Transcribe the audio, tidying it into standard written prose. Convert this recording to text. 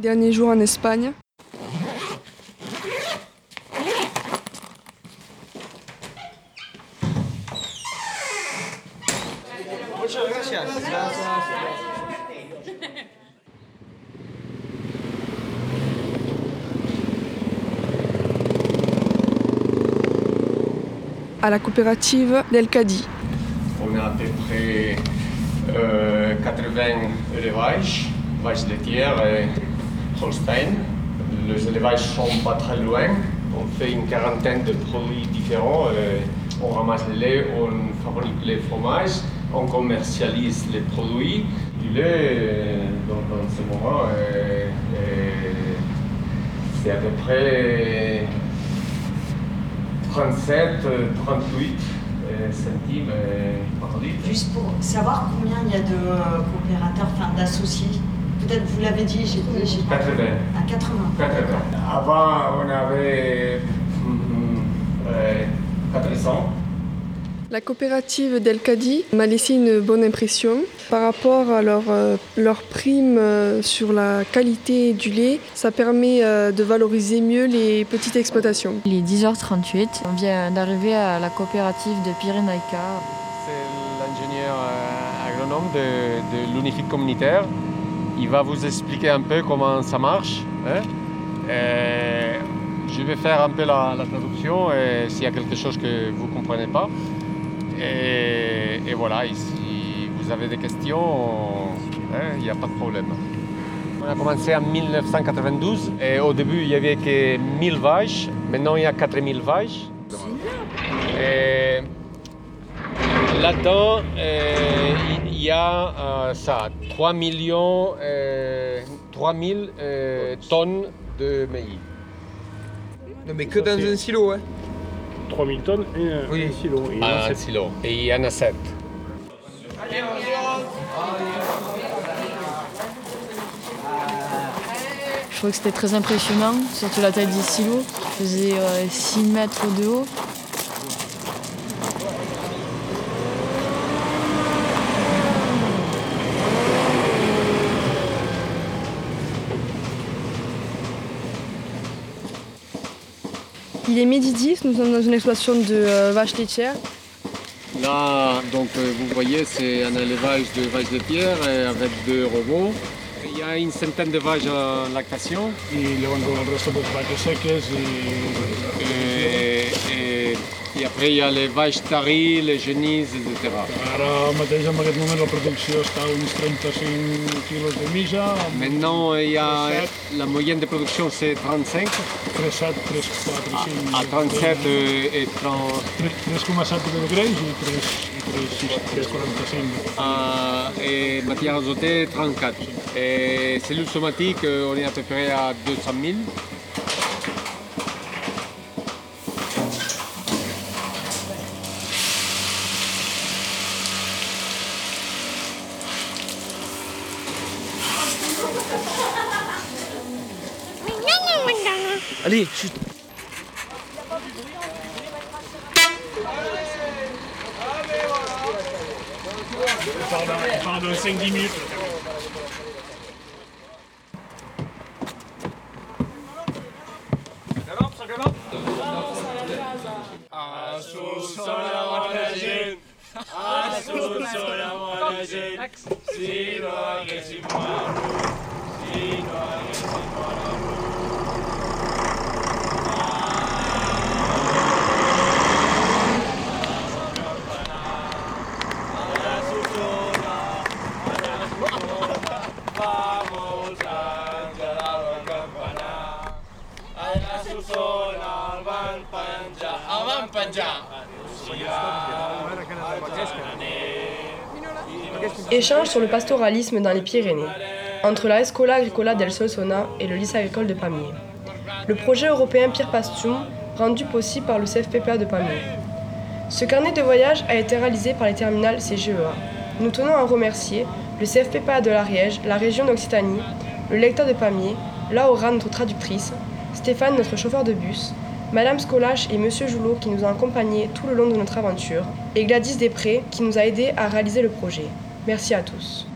Dernier jour en Espagne. Muchas gracias. À la coopérative d'El Cadi. On a à peu près 80 élevages, vaches laitières et Holstein. Les élevages sont pas très loin. On fait une quarantaine de produits différents. On ramasse le lait, on fabrique les fromages, on commercialise les produits. Du lait, dans ce moment, c'est à peu près 37, 38 centimes par litre. Juste pour savoir combien il y a de coopérateurs, enfin d'associés. Peut-être vous l'avez dit, j'ai 80. À 80. 80. Avant, on avait 400. La coopérative d'El Cadi m'a laissé une bonne impression. Par rapport à leur prime sur la qualité du lait, ça permet de valoriser mieux les petites exploitations. Il est 10h38, on vient d'arriver à la coopérative de Pyrénaïca. C'est l'ingénieur agronome de l'UNIFIC communautaire. Il va vous expliquer un peu comment ça marche. Je vais faire un peu la traduction s'il y a quelque chose que vous ne comprenez pas. Et voilà, si vous avez des questions, il n'y a pas de problème. On a commencé en 1992 et au début il n'y avait que 1000 vaches, maintenant il y a 4000 vaches. Et là-dedans, il y a 3000 tonnes de maïs. Non mais que dans un silo, hein. 3000 tonnes et un silo. Et Un silo. Et il y en a 7. Je trouvais que c'était très impressionnant, surtout la taille des silos, qui faisait 6 mètres de haut. Il est midi 10, nous sommes dans une exploitation de vaches laitières. Là, donc, vous voyez, c'est un élevage de vaches laitières avec 2 robots. Il y a une centaine de vaches en lactation. y luego con el resto pues vacas secas Et après, il y a les vaches taries, les genises, etc. Ara mateix en aquest moment la producció està a uns 35 quilos de mija, amb Maintenant, il y a la moyenne de production, c'est 35. 3,7, 3,4, 5... À 37 et 30. 3,7 de greix i 3,45. Et matière azotée, 34. Et cellules somatiques, on est à peu près à 200 000. Allez, chut. On parle de 5-10 minutes. Échange sur le pastoralisme dans les Pyrénées, entre la Escola Agricola del Solsona et le lycée agricole de Pamiers. Le projet européen Pierre Pastum, rendu possible par le CFPPA de Pamiers. Ce carnet de voyage a été réalisé par les terminales CGEA. Nous tenons à remercier le CFPPA de l'Ariège, la région d'Occitanie, le lecteur de Pamiers, Laura, notre traductrice, Stéphane, notre chauffeur de bus, Madame Scolache et Monsieur Joulot qui nous ont accompagnés tout le long de notre aventure, et Gladys Després qui nous a aidés à réaliser le projet. Merci à tous.